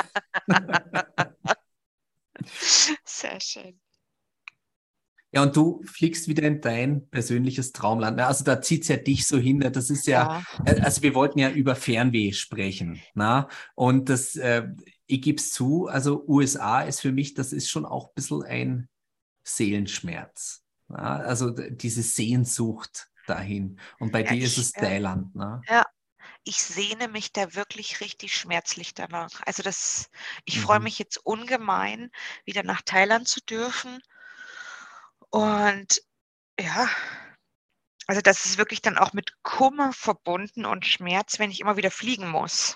Sehr schön. Ja, und du fliegst wieder in dein persönliches Traumland. Also da zieht es ja dich so hin. Das ist ja, also wir wollten ja über Fernweh sprechen. Na? Und das, ich gebe es zu, also USA ist für mich, das ist schon auch ein bisschen ein Seelenschmerz. Na? Also diese Sehnsucht dahin. Und bei dir ist es Thailand. Na? Ja, ich sehne mich da wirklich richtig schmerzlich danach. Also ich freue mich jetzt ungemein, wieder nach Thailand zu dürfen. Und ja, also das ist wirklich dann auch mit Kummer verbunden und Schmerz, wenn ich immer wieder fliegen muss.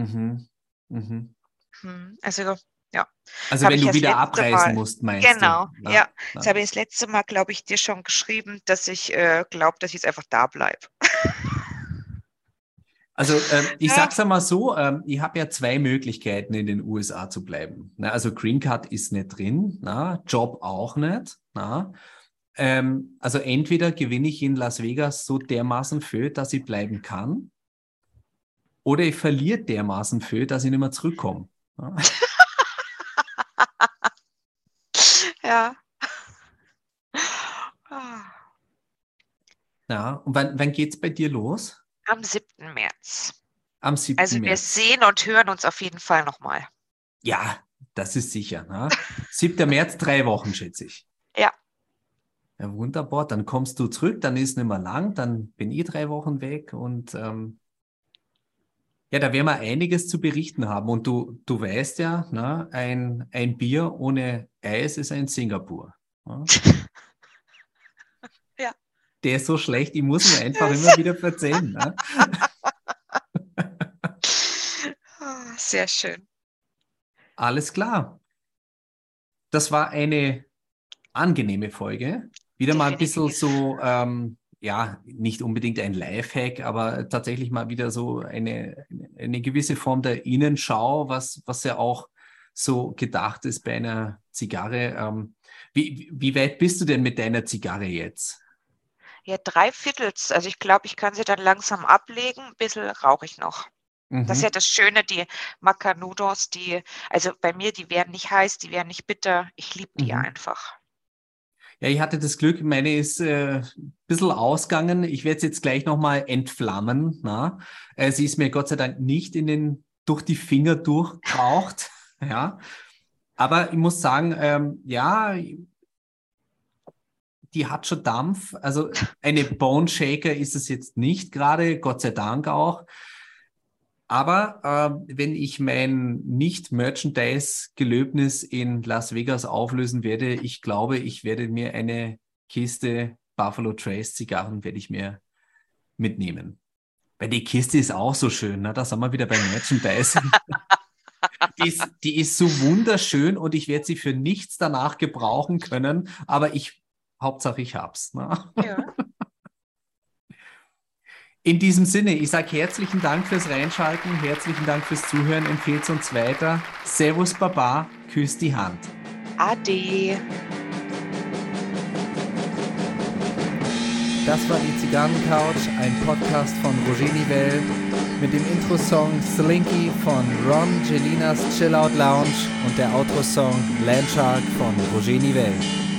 Also ja. Also wenn du wieder abreisen musst, meinst du? Genau, ja. Das habe ich das letzte Mal, glaube ich, dir schon geschrieben, dass ich glaube, dass ich jetzt einfach da bleibe. Also ich sag's einmal so, ich habe ja 2 Möglichkeiten, in den USA zu bleiben. Na, also Green Card ist nicht drin, na, Job auch nicht. Na. Also entweder gewinne ich in Las Vegas so dermaßen viel, dass ich bleiben kann, oder ich verliere dermaßen viel, dass ich nicht mehr zurückkomme. Na. Ja. Ja, und wann geht's bei dir los? Am 7. März. Am 7. Also wir März. sehen und hören uns auf jeden Fall nochmal. Ja, das ist sicher. Ne? 7. März, 3 Wochen, schätze ich. Ja. Ja, wunderbar. Dann kommst du zurück, dann ist nicht mehr lang, dann bin ich 3 Wochen weg und ja, da werden wir einiges zu berichten haben. Und du weißt ja, ne, ein Bier ohne Eis ist ein Singapur. Ne? Ja. Der ist so schlecht, ich muss ihn einfach immer wieder verzeihen. Ne? Sehr schön. Alles klar. Das war eine angenehme Folge. Wieder mal ein bisschen so, ja, nicht unbedingt ein Lifehack, aber tatsächlich mal wieder so eine gewisse Form der Innenschau, was ja auch so gedacht ist bei einer Zigarre. Wie weit bist du denn mit deiner Zigarre jetzt? Ja, 3/4. Also ich glaube, ich kann sie dann langsam ablegen. Ein bisschen rauche ich noch. Das ist ja das Schöne, die Macanudos, also bei mir, die werden nicht heiß, die werden nicht bitter. Ich liebe die einfach. Ja, ich hatte das Glück, meine ist ein bisschen ausgegangen. Ich werde es jetzt gleich nochmal entflammen. Na? Sie ist mir Gott sei Dank nicht durch die Finger durchgeraucht. Ja. Aber ich muss sagen, ja, die hat schon Dampf. Also eine Bone Shaker ist es jetzt nicht gerade, Gott sei Dank auch. Aber wenn ich mein Nicht-Merchandise-Gelöbnis in Las Vegas auflösen werde, ich glaube, ich werde mir eine Kiste Buffalo Trace Zigarren werde ich mir mitnehmen. Weil die Kiste ist auch so schön, ne? Da sind wir wieder beim Merchandise. Die ist so wunderschön und ich werde sie für nichts danach gebrauchen können, aber Hauptsache ich hab's. Ne? Ja. In diesem Sinne, ich sage herzlichen Dank fürs Reinschalten, herzlichen Dank fürs Zuhören, empfehlt uns weiter. Servus Baba, küsst die Hand. Ade. Das war die Zigarrencouch, ein Podcast von Roger Nivelle mit dem Intro-Song Slinky von Ron Gelinas Chill Out Lounge und der Outro-Song Landshark von Roger Nivelle.